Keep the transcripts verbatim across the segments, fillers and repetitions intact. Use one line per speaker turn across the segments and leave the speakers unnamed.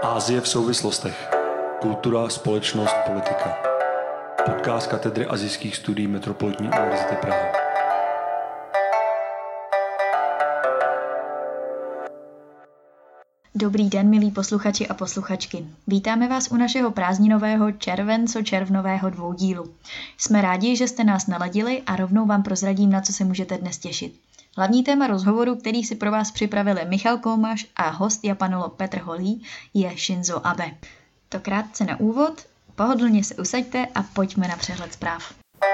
Asie v souvislostech. Kultura, společnost, politika. Podcast katedry asijských studií Metropolitní univerzity Praha.
Dobrý den, milí posluchači a posluchačky. Vítáme vás u našeho prázdninového červenco-červnového dvoudílu. Jsme rádi, že jste nás naladili a rovnou vám prozradím, na co se můžete dnes těšit. Hlavní téma rozhovoru, který si pro vás připravili Michal Koumaš a host japanolog Petr Holý, je Shinzo Abe. To krátce na úvod, pohodlně se usaďte a pojďme na přehled zpráv.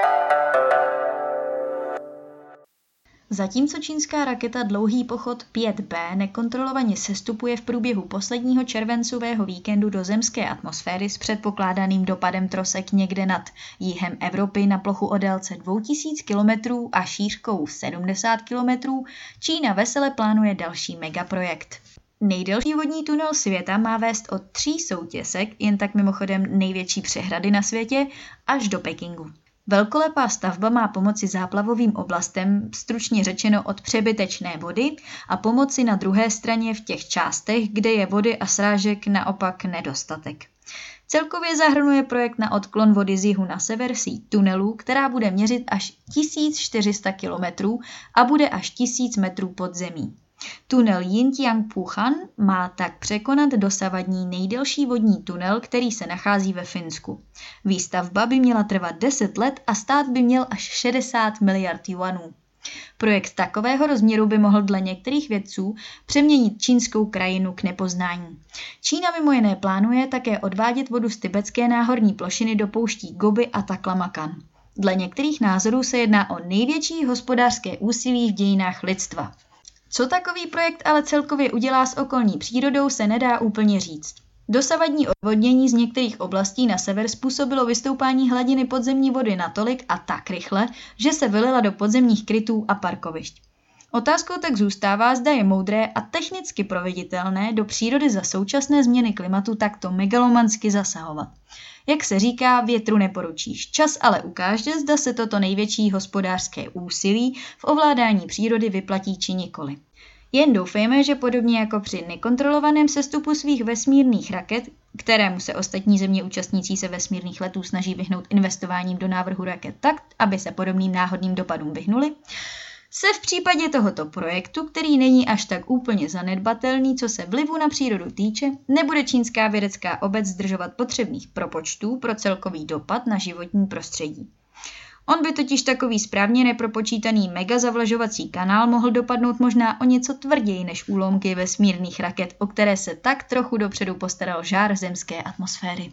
Zatímco čínská raketa Dlouhý pochod pět bé nekontrolovaně sestupuje v průběhu posledního červencového víkendu do zemské atmosféry s předpokládaným dopadem trosek někde nad jihem Evropy na plochu o délce dvě tisíce kilometrů a šířkou sedmdesát kilometrů, Čína vesele plánuje další megaprojekt. Nejdelší vodní tunel světa má vést od tří soutěsek, jen tak mimochodem největší přehrady na světě, až do Pekingu. Velkolepá stavba má pomoci záplavovým oblastem, stručně řečeno od přebytečné vody, a pomoci na druhé straně v těch částech, kde je vody a srážek naopak nedostatek. Celkově zahrnuje projekt na odklon vody z jihu na sever síť tunelů, která bude měřit až tisíc čtyři sta kilometrů a bude až tisíc metrů pod zemí. Tunel Jinjiang-Puchan má tak překonat dosavadní nejdelší vodní tunel, který se nachází ve Finsku. Výstavba by měla trvat deset let a stát by měl až šedesát miliard juanů. Projekt takového rozměru by mohl dle některých vědců přeměnit čínskou krajinu k nepoznání. Čína mimo jiné plánuje také odvádět vodu z tibetské náhorní plošiny do pouští Gobi a Taklamakan. Dle některých názorů se jedná o největší hospodářské úsilí v dějinách lidstva. Co takový projekt ale celkově udělá s okolní přírodou, se nedá úplně říct. Dosavadní odvodnění z některých oblastí na sever způsobilo vystoupání hladiny podzemní vody natolik a tak rychle, že se vylila do podzemních krytů a parkovišť. Otázkou tak zůstává, zda je moudré a technicky proveditelné do přírody za současné změny klimatu takto megalomansky zasahovat. Jak se říká, větru neporučíš. Čas ale ukáže, zda se toto největší hospodářské úsilí v ovládání přírody vyplatí či nikoli. Jen doufejme, že podobně jako při nekontrolovaném sestupu svých vesmírných raket, kterému se ostatní země účastnící se vesmírných letů snaží vyhnout investováním do návrhu raket tak, aby se podobným náhodným dopadům vyhnuli, se v případě tohoto projektu, který není až tak úplně zanedbatelný, co se vlivu na přírodu týče, nebude čínská vědecká obec zdržovat potřebných propočtů pro celkový dopad na životní prostředí. On by totiž takový správně nepropočítaný megazavlažovací kanál mohl dopadnout možná o něco tvrději než úlomky vesmírných raket, o které se tak trochu dopředu postaral žár zemské atmosféry.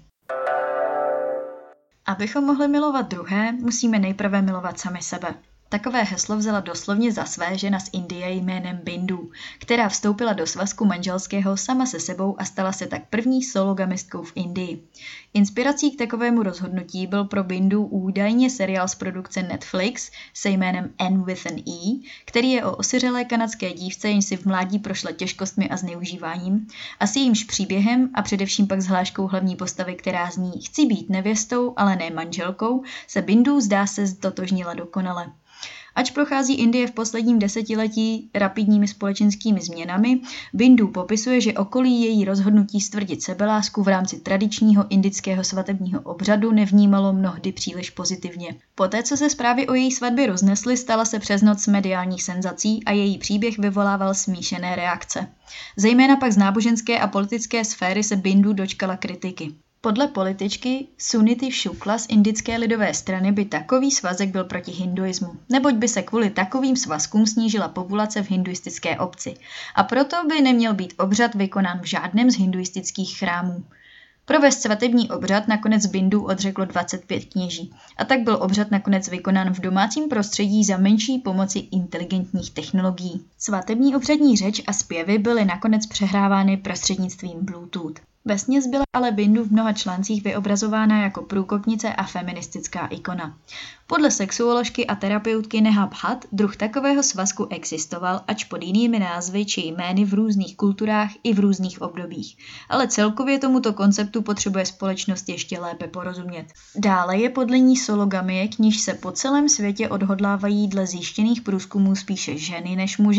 Abychom mohli milovat druhé, musíme nejprve milovat sami sebe. Takové heslo vzala doslovně za své žena z Indie jménem Bindu, která vstoupila do svazku manželského sama se sebou a stala se tak první sologamistkou v Indii. Inspirací k takovému rozhodnutí byl pro Bindu údajně seriál z produkce Netflix se jménem N with an E, který je o osiřelé kanadské dívce, jenž si v mládí prošla těžkostmi a zneužíváním, a s jejímž příběhem a především pak s hláškou hlavní postavy, která zní chci být nevěstou, ale ne manželkou, se Bindu zdá se ztotožnila dokonale. Ač prochází Indie v posledním desetiletí rapidními společenskými změnami, Bindu popisuje, že okolí její rozhodnutí stvrdit sebelásku v rámci tradičního indického svatebního obřadu nevnímalo mnohdy příliš pozitivně. Poté, co se zprávy o její svatbě roznesly, stala se přes noc mediálních senzací a její příběh vyvolával smíšené reakce. Zejména pak z náboženské a politické sféry se Bindu dočkala kritiky. Podle političky Sunity Shukla z indické lidové strany by takový svazek byl proti hinduismu, neboť by se kvůli takovým svazkům snížila populace v hinduistické obci a proto by neměl být obřad vykonán v žádném z hinduistických chrámů. Provést svatební obřad nakonec Bindu odřeklo dvacet pět kněží a tak byl obřad nakonec vykonán v domácím prostředí za menší pomoci inteligentních technologií. Svatební obřadní řeč a zpěvy byly nakonec přehrávány prostřednictvím Bluetooth. Vesměs byla ale Bindu v mnoha článcích vyobrazována jako průkopnice a feministická ikona. Podle sexuoložky a terapeutky Neha Bhatt druh takového svazku existoval, ač pod jinými názvy či jmény v různých kulturách i v různých obdobích. Ale celkově tomuto konceptu potřebuje společnost ještě lépe porozumět. Dále je podle ní sologamie, k níž se po celém světě odhodlávají dle zjištěných průzkumů spíše ženy než muži,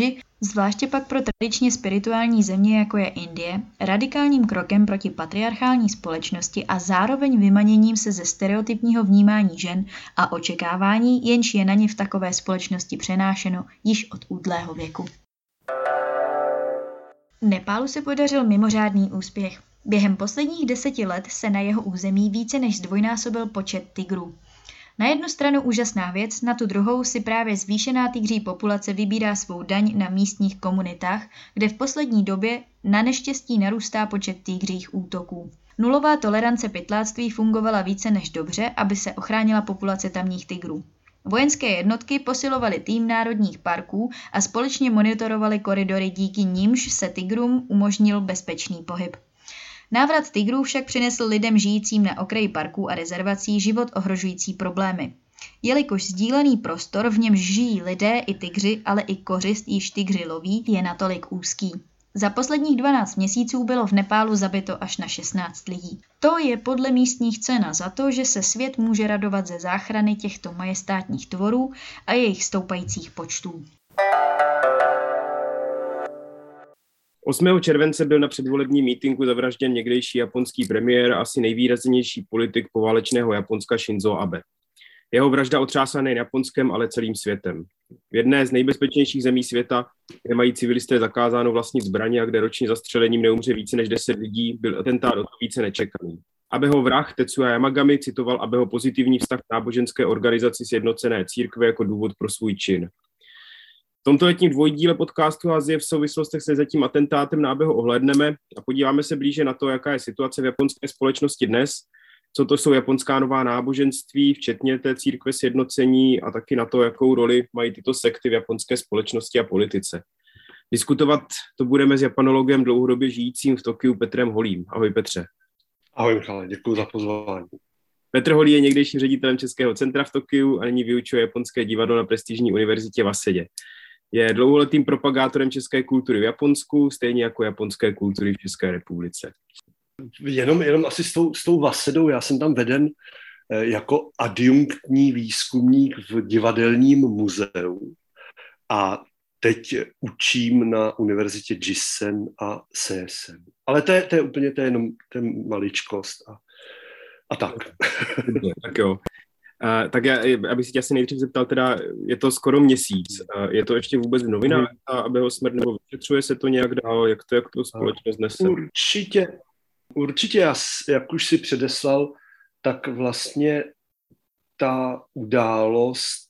Zvláště pak pro tradičně spirituální země, jako je Indie, radikálním krokem proti patriarchální společnosti a zároveň vymaněním se ze stereotypního vnímání žen a očekávání, jenž je na ně v takové společnosti přenášeno již od útlého věku. Nepálu se podařil mimořádný úspěch. Během posledních deseti let se na jeho území více než zdvojnásobil počet tygrů. Na jednu stranu úžasná věc, na tu druhou si právě zvýšená tygří populace vybírá svou daň na místních komunitách, kde v poslední době na neštěstí narůstá počet tygřích útoků. Nulová tolerance pytláctví fungovala více než dobře, aby se ochránila populace tamních tygrů. Vojenské jednotky posilovaly tým národních parků a společně monitorovali koridory, díky nimž se tygrům umožnil bezpečný pohyb. Návrat tygrů však přinesl lidem žijícím na okraji parků a rezervací život ohrožující problémy. Jelikož sdílený prostor, v němž žijí lidé i tygři, ale i kořist, již tygři loví, je natolik úzký. Za posledních dvanáct měsíců bylo v Nepálu zabito až na šestnáct lidí. To je podle místních cena za to, že se svět může radovat ze záchrany těchto majestátních tvorů a jejich stoupajících počtů.
osmého července byl na předvolebním mítinku zavražděn někdejší japonský premiér a asi nejvýraznější politik poválečného Japonska Shinzo Abe. Jeho vražda otřásla nejen Japonskem, ale celým světem. V jedné z nejbezpečnějších zemí světa, kde mají civilisté zakázáno vlastnit zbraně a kde ročně zastřelením neumře více než deset lidí, byl atentát o to více nečekaný. Abeho vrah Tetsuya Yamagami citoval Abeho pozitivní vztah k náboženské organizaci Sjednocené církve jako důvod pro svůj čin. V tomto letním dvojdíle podcastu Asie v souvislostech se za tím atentátem na Abeho ohlédneme a podíváme se blíže na to, jaká je situace v japonské společnosti dnes, co to jsou japonská nová náboženství, včetně té církve sjednocení a taky na to, jakou roli mají tyto sekty v japonské společnosti a politice. Diskutovat to budeme s japanologem dlouhodobě žijícím v Tokiu Petrem Holím. Ahoj Petře.
Ahoj Michale, děkuji za pozvání.
Petr Holý je někdejším ředitelem Českého centra v Tokiu a nyní vyučuje japonské divadlo na prestižní univerzitě Wasedě. Je dlouholetým propagátorem české kultury v Japonsku, stejně jako japonské kultury v České republice.
Jenom, jenom asi s tou, s tou Wasedou, já jsem tam veden eh, jako adjunktní výzkumník v divadelním muzeu a teď učím na univerzitě Gisen a Seisen. Ale to je, to je úplně to je jenom to je maličkost a, a tak.
Tak jo. Uh, tak já, abych si tě asi nejdřív zeptal, teda je to skoro měsíc. Uh, je to ještě vůbec v novinách, Abeho smrt, nebo vyšetřuje se to nějak dál? Jak to, jak to společnost nese?
Určitě, určitě, já, jak už si předeslal, tak vlastně ta událost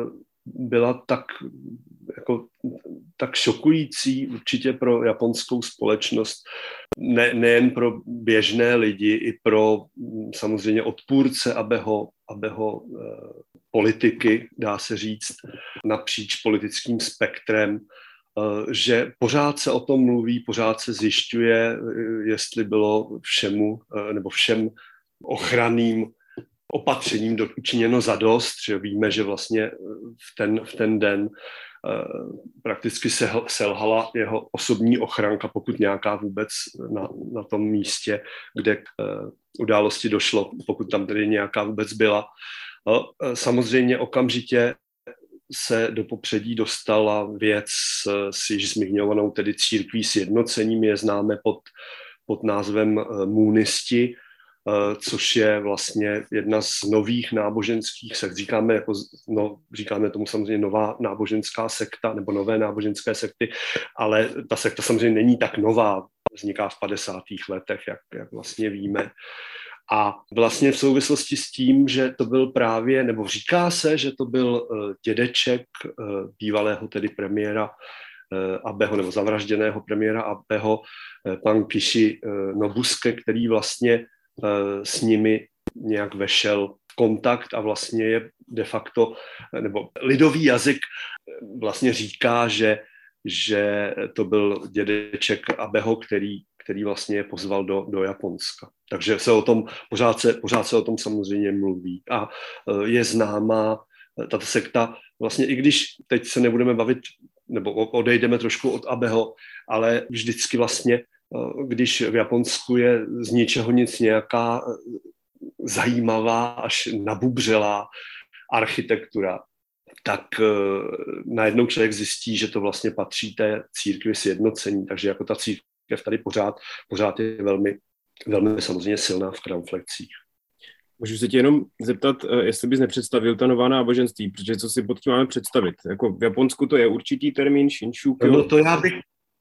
byla tak, jako, tak šokující určitě pro japonskou společnost, ne, nejen pro běžné lidi, i pro samozřejmě odpůrce Abeho, Abeho eh, politiky, dá se říct, napříč politickým spektrem, eh, že pořád se o tom mluví, pořád se zjišťuje, jestli bylo všemu eh, nebo všem ochranným opatřením učiněno zadost, že víme, že vlastně v ten, v ten den uh, prakticky se, selhala jeho osobní ochranka, pokud nějaká vůbec na, na tom místě, kde k uh, události došlo, pokud tam tedy nějaká vůbec byla. Uh, samozřejmě okamžitě se do popředí dostala věc s, s již zmiňovanou tedy církví sjednocením, je známe pod, pod názvem uh, Moonisti, což je vlastně jedna z nových náboženských sekt. Říkáme, jako, no, říkáme tomu samozřejmě nová náboženská sekta nebo nové náboženské sekty, ale ta sekta samozřejmě není tak nová, vzniká v padesátých letech, jak, jak vlastně víme. A vlastně v souvislosti s tím, že to byl právě, nebo říká se, že to byl dědeček bývalého tedy premiéra Abeho, nebo zavražděného premiéra Abeho, pan Kishi Nobusuke, který vlastně s nimi nějak vešel v kontakt a vlastně je de facto, nebo lidový jazyk vlastně říká, že, že to byl dědeček Abeho, který, který vlastně je pozval do, do Japonska. Takže se o tom, pořád se, pořád se o tom samozřejmě mluví. A je známá tato sekta, vlastně i když teď se nebudeme bavit, nebo odejdeme trošku od Abeho, ale vždycky vlastně když v Japonsku je z ničeho nic nějaká zajímavá až nabubřelá architektura, tak najednou člověk zjistí, že to vlastně patří té církvi sjednocení, takže jako ta církev tady pořád, pořád je velmi, velmi samozřejmě silná v kramflekcích.
Můžu se tě jenom zeptat, jestli bys nepředstavil ta nová náboženství, protože co si pod tím máme představit? Jako v Japonsku to je určitý termín, Shinshūkyō.
No to já bych,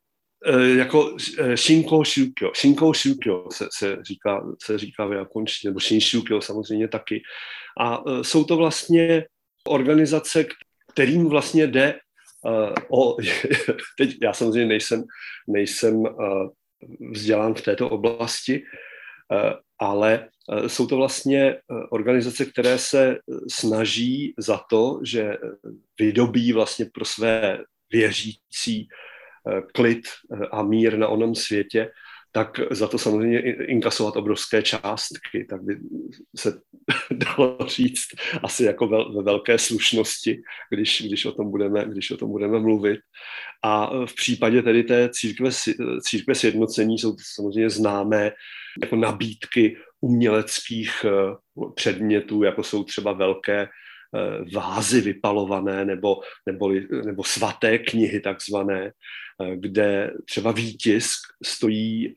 jako Shinko Shūkyō, Shinko Shūkyō se, se, říká, se říká v japonštině, nebo Shinshūkyō samozřejmě taky. A jsou to vlastně organizace, kterým vlastně jde uh, o, teď já samozřejmě nejsem, nejsem uh, vzdělán v této oblasti, uh, ale uh, jsou to vlastně uh, organizace, které se snaží za to, že vydobí vlastně pro své věřící uh, klid uh, a mír na onom světě, tak za to samozřejmě inkasovat obrovské částky, tak by se dalo říct asi jako ve velké slušnosti, když, když, o tom budeme, když o tom budeme mluvit. A v případě tedy té církve, církve sjednocení jsou samozřejmě známé jako nabídky uměleckých předmětů, jako jsou třeba velké vázy vypalované nebo, nebo, nebo svaté knihy takzvané, kde třeba výtisk stojí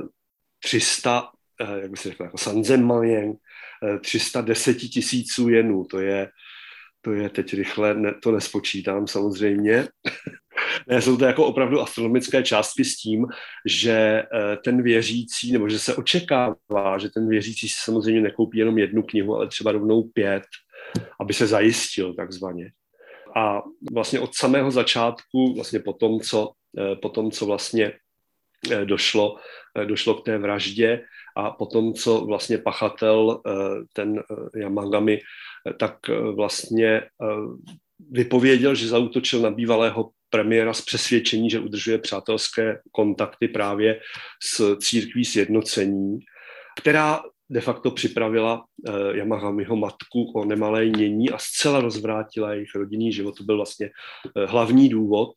tři sta, jak by se řekl, jako sanzenmajen, tři sta deset tisíců jenů. To je, to je teď rychle, ne, to nespočítám samozřejmě. Ne, jsou to jako opravdu astronomické částky s tím, že ten věřící, nebo že se očekává, že ten věřící si samozřejmě nekoupí jenom jednu knihu, ale třeba rovnou pět, aby se zajistil takzvaně. A vlastně od samého začátku, vlastně po tom, co, po tom, co vlastně došlo, došlo k té vraždě a po tom, co vlastně pachatel, ten Yamagami, tak vlastně vypověděl, že zaútočil na bývalého premiéra z přesvědčení, že udržuje přátelské kontakty právě s církví sjednocení, která de facto připravila uh, Yamagamiho matku o nemalé jmění a zcela rozvrátila jejich rodinný život. To byl vlastně uh, hlavní důvod.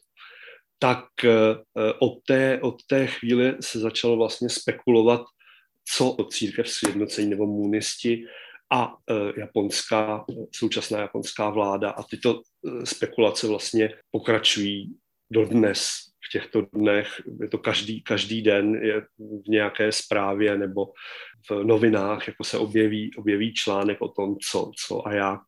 Tak uh, od, té, od té chvíle se začalo vlastně spekulovat, co od církev sjednocení nebo munisti a uh, japonská, současná japonská vláda. A tyto uh, spekulace vlastně pokračují dodnes. V těchto dnech, je to každý, každý den je v nějaké zprávě nebo v novinách, jako se objeví, objeví článek o tom, co, co a jak.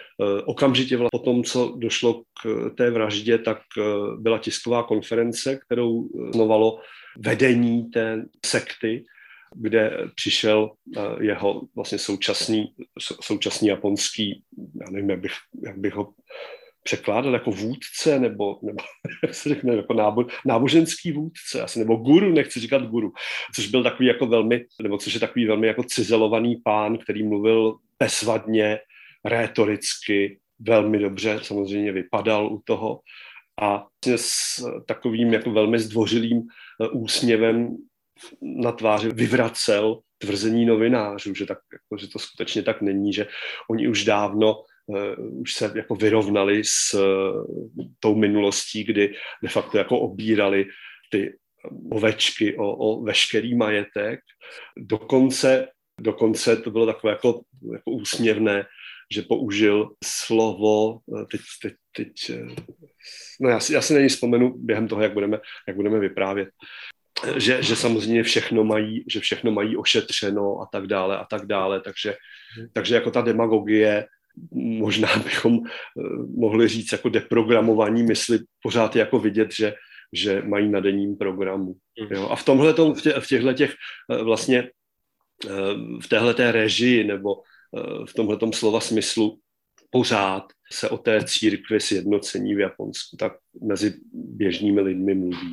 Okamžitě po tom, co došlo k té vraždě, tak byla tisková konference, kterou znovalo vedení té sekty, kde přišel jeho vlastně současný, současný japonský, já nevím, jak bych, jak bych ho překládal jako vůdce, nebo, nebo jak se řekne, jako nábo, náboženský vůdce, asi, nebo guru, nechci říkat guru, což byl takový jako velmi, nebo což je takový velmi jako cizelovaný pán, který mluvil bezvadně, rétoricky, velmi dobře samozřejmě vypadal u toho a s takovým jako velmi zdvořilým úsměvem na tváři vyvracel tvrzení novinářů, že, tak, jako, že to skutečně tak není, že oni už dávno Uh, už se jako vyrovnali s uh, tou minulostí, kdy de facto jako obírali ty ovečky o, o veškerý majetek. Dokonce, dokonce to bylo takové jako, jako úsměvné, že použil slovo, teď, teď, teď no já si, já si na něj vzpomenu během toho, jak budeme, jak budeme vyprávět, že, že samozřejmě všechno mají, že všechno mají ošetřeno a tak dále a tak dále, takže, takže jako ta demagogie, možná bychom mohli říct jako deprogramování mysli, pořád je jako vidět, že, že mají na denním programu. Jo? A v tomhletom, v, tě, v těchto těch vlastně v téhleté režii nebo v tomhletom slova smyslu pořád se o té církvi sjednocení v Japonsku tak mezi běžnými lidmi mluví.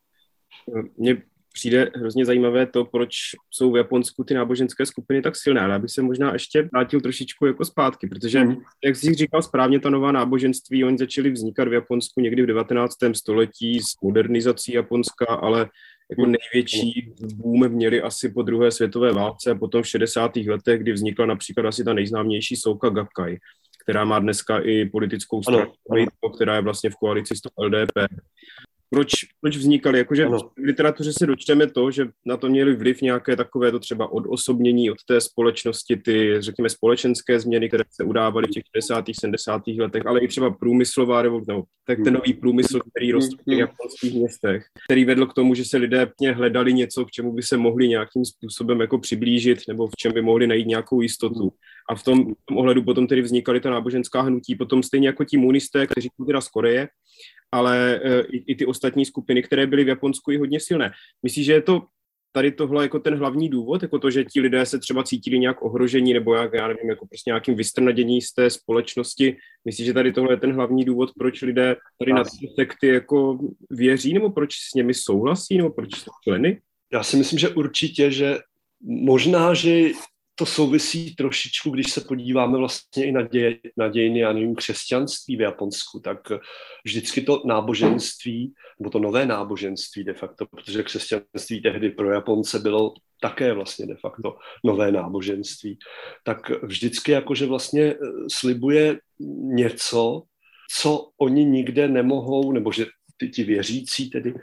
Mně přijde hrozně zajímavé to, proč jsou v Japonsku ty náboženské skupiny tak silné, ale abych se možná ještě vrátil trošičku jako zpátky, protože, mm. jak jsi říkal správně, ta nová náboženství, oni začaly vznikat v Japonsku někdy v devatenáctém století s modernizací Japonska, ale jako největší boom měli asi po druhé světové válce a potom v šedesátých letech, kdy vznikla například asi ta nejznámější Soka Gakkai, která má dneska i politickou stranu, která je vlastně v koalici s tou L D P. Proč proč vznikaly. Jakože
ano.
v literatuře se dočteme to, že na to měly vliv nějaké takové to třeba odosobnění od té společnosti, ty, řekněme, společenské změny, které se udávaly v těch šedesátých, sedmdesátých letech, ale i třeba průmyslová revoluce, no, tak ten nový průmysl, který rostl v těch japonských městech, který vedl k tomu, že se lidé hledali něco, k čemu by se mohli nějakým způsobem jako přiblížit, nebo v čem by mohli najít nějakou jistotu. A v tom, v tom ohledu potom tedy vznikaly ta náboženská hnutí, potom stejně jako ti munisté, kteří jsou teda z Koreje, ale e, i, i ty ostatní skupiny, které byly v Japonsku i hodně silné. Myslíš, že je to tady tohle jako ten hlavní důvod, jako to, že ti lidé se třeba cítili nějak ohrožení, nebo jak, já nevím, jako prostě nějakým vystrnadění z té společnosti? Myslíš, že tady tohle je ten hlavní důvod, proč lidé tady na ty sekty jako věří, nebo proč s nimi souhlasí, nebo proč jsou členy?
Já si myslím, že určitě, že možná, že to souvisí trošičku, když se podíváme vlastně i na, děj, na dějiny, já nevím, křesťanství v Japonsku, tak vždycky to náboženství, nebo to nové náboženství de facto, protože křesťanství tehdy pro Japonce bylo také vlastně de facto nové náboženství, tak vždycky jakože vlastně slibuje něco, co oni nikde nemohou, nebo že ty, ti věřící tedy,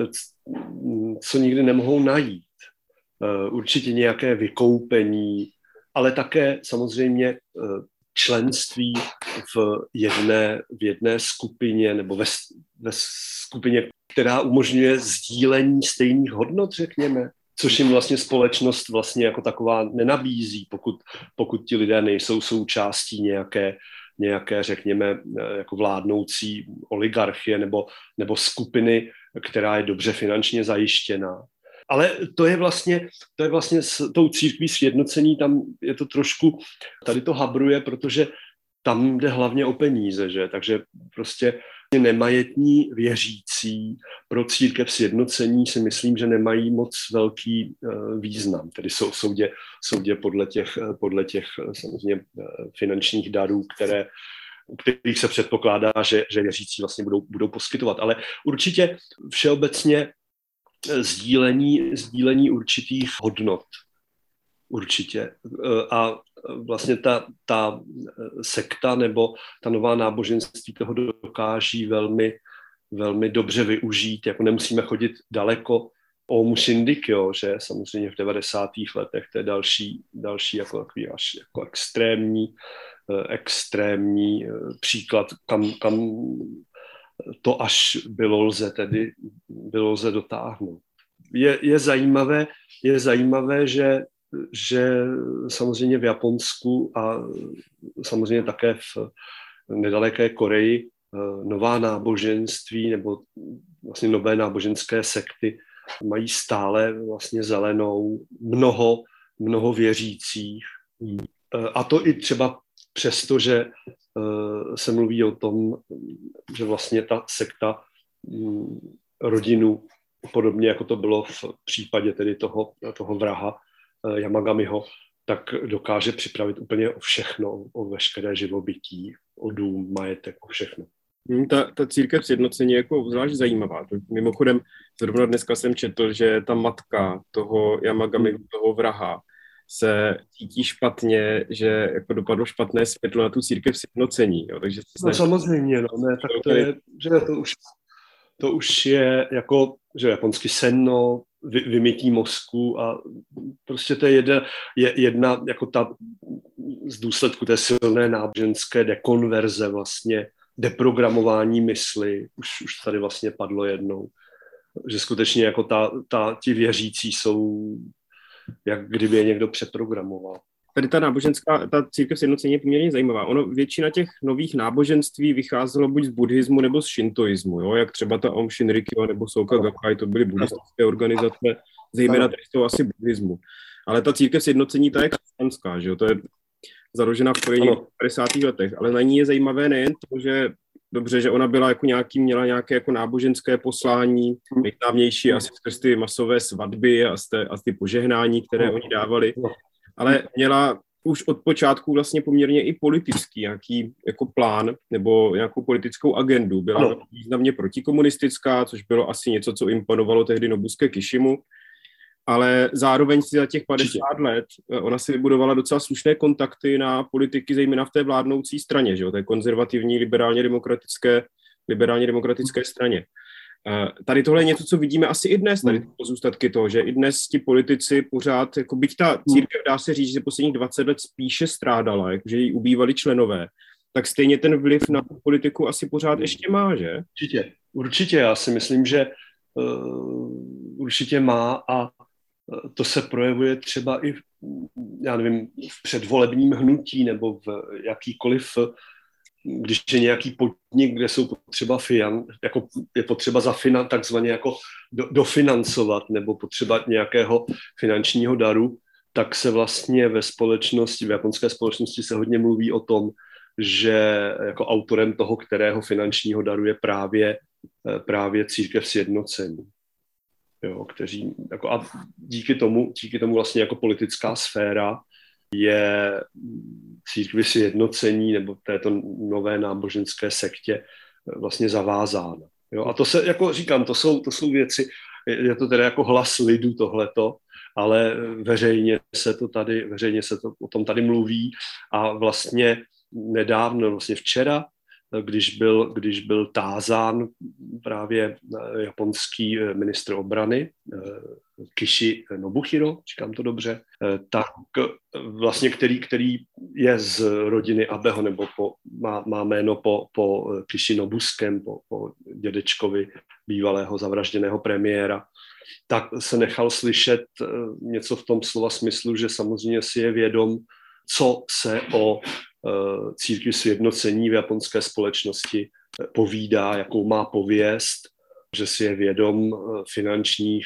co nikdy nemohou najít. Určitě nějaké vykoupení, ale také samozřejmě členství v jedné, v jedné skupině nebo ve, ve skupině, která umožňuje sdílení stejných hodnot, řekněme, což jim vlastně společnost vlastně jako taková nenabízí, pokud, pokud ti lidé nejsou součástí nějaké, nějaké, řekněme, jako vládnoucí oligarchie nebo, nebo skupiny, která je dobře finančně zajištěná. Ale to je vlastně, to je vlastně s tou církví sjednocení, tam je to trošku, tady to habruje, protože tam jde hlavně o peníze, že? Takže prostě nemajetní věřící pro církev sjednocení si myslím, že nemají moc velký uh, význam, tedy sou, soudě, soudě podle těch, podle těch samozřejmě finančních darů, které kterých se předpokládá, že, že věřící vlastně budou, budou poskytovat. Ale určitě všeobecně Sdílení, sdílení určitých hodnot. Určitě. A vlastně ta, ta sekta nebo ta nová náboženství toho dokáží velmi, velmi dobře využít. Jako nemusíme chodit daleko. Omu Shindikyo, že samozřejmě v devadesátých letech, to je další, další jako takový až jako extrémní, extrémní příklad, kam, kam to až bylo lze tedy bylo lze dotáhnout. Je, je zajímavé, je zajímavé, že, že samozřejmě v Japonsku a samozřejmě také v nedaleké Koreji nová náboženství nebo vlastně nové náboženské sekty mají stále vlastně zelenou mnoho, mnoho věřících. A to i třeba přesto, že se mluví o tom, že vlastně ta sekta rodinu, podobně jako to bylo v případě tedy toho, toho vraha Yamagamiho, tak dokáže připravit úplně o všechno, o veškeré živobytí, o dům, majetek, o všechno.
Ta, ta církev sjednocení je jako zvlášť zajímavá. Mimochodem, zrovna dneska jsem četl, že ta matka toho Yamagamiho, toho vraha, se cítí špatně, že jako dopadlo špatné světlo na tu církev sjednocení. Jo. Takže
no samozřejmě, no, ne, tak to je, že to už, to už je jako, že japonsky senno, vy, vymytí mozku a prostě to je jedna, je jedna jako ta z důsledku té silné náboženské dekonverze vlastně, deprogramování mysli, už, už tady vlastně padlo jednou, že skutečně jako ta, ta, ti věřící jsou jak kdyby je někdo přeprogramoval.
Tady ta náboženská, ta církev sjednocení je poměrně zajímavá. Ono, většina těch nových náboženství vycházelo buď z buddhismu nebo z šintoismu, jo? Jak třeba ta Aum Shinrikyo nebo Soka Gakkai, to byly buddhistické organizace, zejména tady to asi buddhismu. Ale ta církev sjednocení, ta je křesťanská, že jo? To je založena v Koreji v padesátých letech, ale na ní je zajímavé nejen to, že dobře, že ona byla jako nějaký, měla nějaké jako náboženské poslání, nejznámější asi skrz ty masové svatby a, té, a ty požehnání, které oni dávali, ale měla už od počátku vlastně poměrně i politický nějaký jako plán nebo nějakou politickou agendu. Byla no. významně protikomunistická, což bylo asi něco, co imponovalo tehdy Nobusuke Kishimu, ale zároveň si za těch padesát let ona si vybudovala docela slušné kontakty na politiky, zejména v té vládnoucí straně, že jo, té konzervativní liberálně demokratické, liberálně demokratické straně. Tady tohle je něco, co vidíme asi i dnes, tady pozůstatky toho, že i dnes ti politici pořád, jako byť ta církev, dá se říct, že posledních dvacet let spíše strádala, že jí ubývali členové, tak stejně ten vliv na politiku asi pořád ještě má, že?
Určitě, určitě, já si myslím, že uh, určitě má a to se projevuje třeba i, já nevím, v předvolebním hnutí nebo v jakýkoliv, když je nějaký podnik, kde jsou potřeba fian, jako je potřeba zafinan, takzvaně jako do, dofinancovat nebo potřeba nějakého finančního daru, tak se vlastně ve společnosti, v japonské společnosti se hodně mluví o tom, že jako autorem toho, kterého finančního daru je právě, právě církev sjednocení. Jo, kteří, jako a díky tomu, díky tomu vlastně jako politická sféra je církvi sjednocení nebo této nové náboženské sektě vlastně zavázána. Jo, a to se, jako říkám, to jsou, to jsou věci, je to teda jako hlas lidu tohleto, ale veřejně se to tady, veřejně se to o tom tady mluví a vlastně nedávno, vlastně včera, když byl, když byl tázán právě japonský ministr obrany Kishi Nobuhiro, říkám to dobře, tak vlastně který, který je z rodiny Abeho, nebo po, má, má jméno po, po Kishi Nobuskem, po, po dědečkovi bývalého zavražděného premiéra, tak se nechal slyšet něco v tom slova smyslu, že samozřejmě si je vědom, co se o církvi sjednocení v japonské společnosti povídá, jakou má pověst, že si je vědom finančních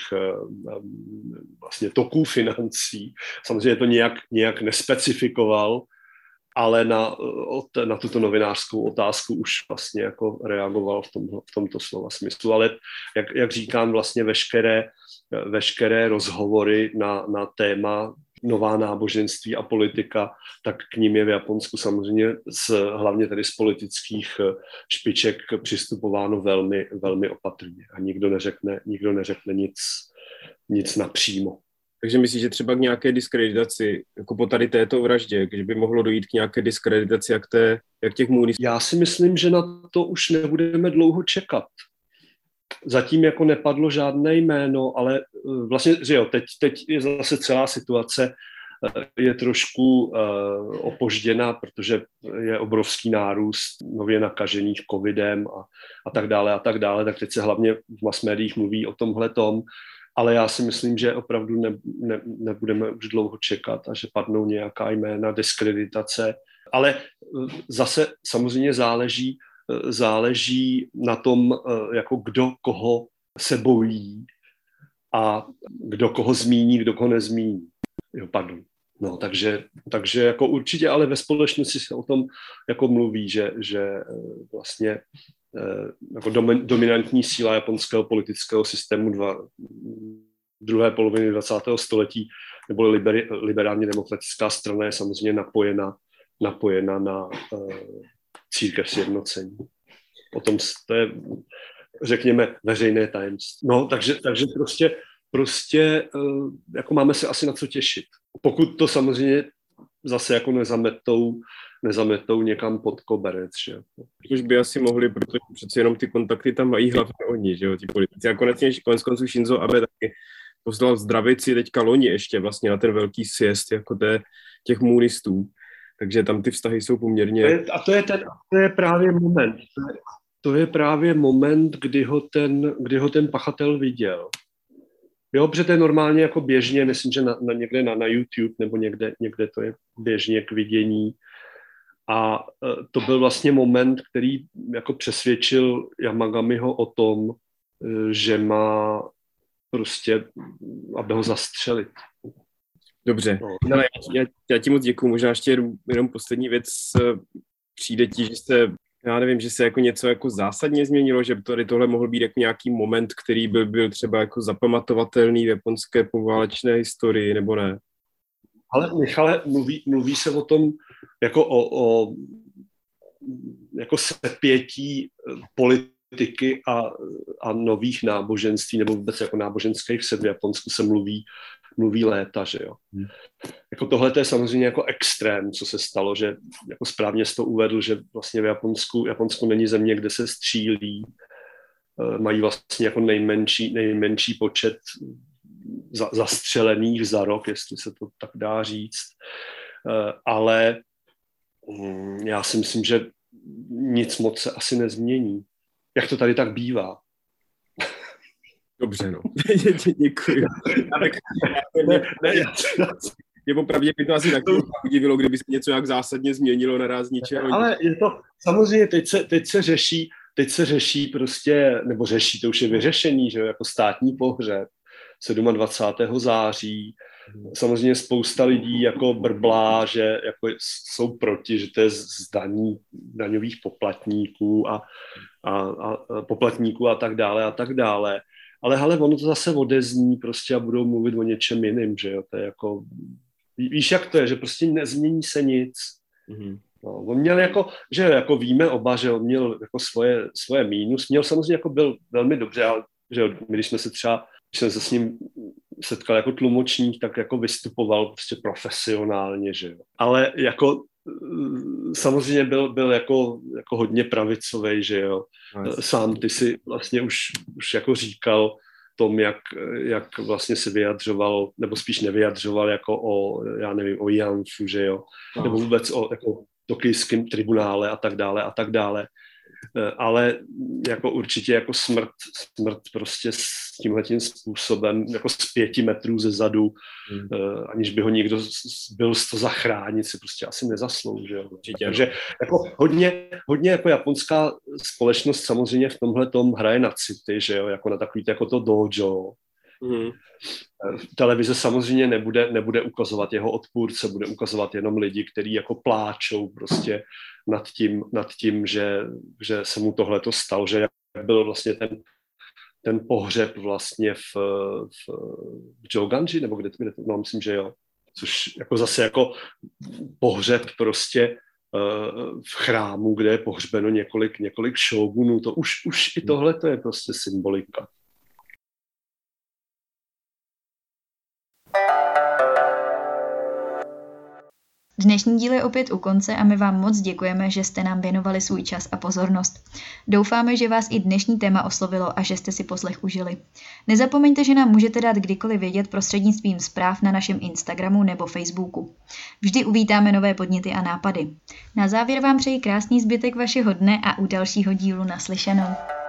vlastně toků financí. Samozřejmě to nějak, nějak nespecifikoval, ale na, na tuto novinářskou otázku už vlastně jako reagoval v, tom, v tomto slova smyslu. Ale jak, jak říkám, vlastně veškeré, veškeré rozhovory na, na téma nová náboženství a politika, tak k ním je v Japonsku samozřejmě z, hlavně tedy z politických špiček přistupováno velmi, velmi opatrně a nikdo neřekne, nikdo neřekne nic, nic napřímo.
Takže myslíš, že třeba k nějaké diskreditaci, jako po tady této vraždě, když by mohlo dojít k nějaké diskreditaci, jak, té, jak těch můnistů?
Já si myslím, že na to už nebudeme dlouho čekat. Zatím jako nepadlo žádné jméno, ale vlastně, že jo, teď, teď je zase celá situace je trošku uh, opožděna, protože je obrovský nárůst nově nakažených covidem a, a tak dále a tak dále, tak teď se hlavně v mass médiích mluví o tomhletom, ale já si myslím, že opravdu ne, ne, nebudeme už dlouho čekat a že padnou nějaká jména diskreditace, ale zase samozřejmě záleží, záleží na tom, jako kdo koho se bojí a kdo koho zmíní, kdo koho nezmíní. Jo, pardon. No, takže, takže jako určitě, ale ve společnosti se o tom jako mluví, že, že vlastně jako dominantní síla japonského politického systému dva, druhé poloviny dvacátého století nebo liber, liberálně demokratická strana je samozřejmě napojena, napojena na uh, církev sjednocení. Potom to je, řekněme, veřejné tajemství. No, takže, takže prostě, prostě uh, jako máme se asi na co těšit. Pokud to samozřejmě zase jako nezametou, nezametou někam pod koberec, že?
Už by asi mohli, protože přece jenom ty kontakty tam mají hlavně oni, že jo, ty politici. A konec, konec konců Shinzo Abe taky poslal zdravici teďka loni ještě vlastně na ten velký sjezd jako té, těch můnistů. Takže tam ty vztahy jsou poměrně...
To je, a to je, ten, to je právě moment. To je, to je právě moment, kdy ho ten, kdy ho ten pachatel viděl. Jo, protože to je normálně jako běžně, myslím, že na, na někde na, na YouTube nebo někde, někde to je běžně k vidění. A to byl vlastně moment, který jako přesvědčil Yamagamiho o tom, že má prostě, aby ho zastřelit.
Dobře, no. No, já, já ti moc děkuju. Možná ještě jenom poslední věc. Přijde ti, že se, já nevím, že se jako něco jako zásadně změnilo, že tady tohle mohl být jako nějaký moment, který byl, byl třeba jako zapamatovatelný v japonské poválečné historii, nebo ne?
Ale Michale, mluví, mluví se o tom jako o, o jako sepětí politiky a, a nových náboženství, nebo vůbec jako náboženských vsed v Japonsku se mluví, mluví léta, že jo. Hmm. Jako tohle je samozřejmě jako extrém, co se stalo, že jako správně jsi to uvedl, že vlastně v Japonsku, Japonsku není země, kde se střílí mají vlastně jako nejmenší, nejmenší počet za, zastřelených za rok, jestli se to tak dá říct. Ale já si myslím, že nic moc se asi nezmění. Jak to tady tak bývá.
Dobře, no. Děkuji. Ne, ne, je popravdě by to asi taky udivilo, kdyby se něco jak zásadně změnilo naraz ničeho.
Ale je to, samozřejmě teď se, teď se řeší, teď se řeší prostě, nebo řeší, to už je vyřešený, že jo, jako státní pohřeb, dvacátého sedmého září. Samozřejmě spousta lidí jako brblá, že jako jsou proti, že to je z daní daňových poplatníků a, a, a poplatníků a tak dále a tak dále. Ale hele, ono to zase odezní prostě a budou mluvit o něčem jiným, že jo, to je jako, víš, jak to je, že prostě nezmění se nic. Mm-hmm. No, on měl jako, že jako víme oba, že on měl jako svoje, svoje mínus, měl samozřejmě jako byl velmi dobře, ale že jo, my, když jsme se třeba, když jsem se s ním setkal jako tlumočník, tak jako vystupoval prostě profesionálně, že jo. Ale jako samozřejmě byl, byl jako, jako hodně pravicovej, že jo. Sám ty si vlastně už, už jako říkal tom, jak, jak vlastně se vyjadřoval, nebo spíš nevyjadřoval jako o, já nevím, o Janfu, že jo. No. Nebo vůbec o jako tokijském tribunále a tak dále a tak dále. Ale jako určitě jako smrt, smrt prostě s tímhletím způsobem, jako z pěti metrů ze zadu, hmm. aniž by ho někdo byl z to zachránit, si prostě asi nezasloužil. Určitě, takže jako hodně, hodně jako japonská společnost samozřejmě v tomhletom hraje na city, že jo, jako na takový jako to dojo. Hmm. Televize samozřejmě nebude, nebude ukazovat jeho odpůrce, bude ukazovat jenom lidi, kteří jako pláčou prostě nad tím, nad tím že, že se mu tohleto stalo, že byl vlastně ten, ten pohřeb vlastně v, v, v Joganji, nebo kde to, kde to, no myslím, že jo, což jako zase jako pohřeb prostě uh, v chrámu, kde je pohřbeno několik, několik šógunů, to už, už i tohle to je prostě symbolika.
Dnešní díl je opět u konce a my vám moc děkujeme, že jste nám věnovali svůj čas a pozornost. Doufáme, že vás i dnešní téma oslovilo a že jste si poslech užili. Nezapomeňte, že nám můžete dát kdykoliv vědět prostřednictvím zpráv na našem Instagramu nebo Facebooku. Vždy uvítáme nové podněty a nápady. Na závěr vám přeji krásný zbytek vašeho dne a u dalšího dílu naslyšenou.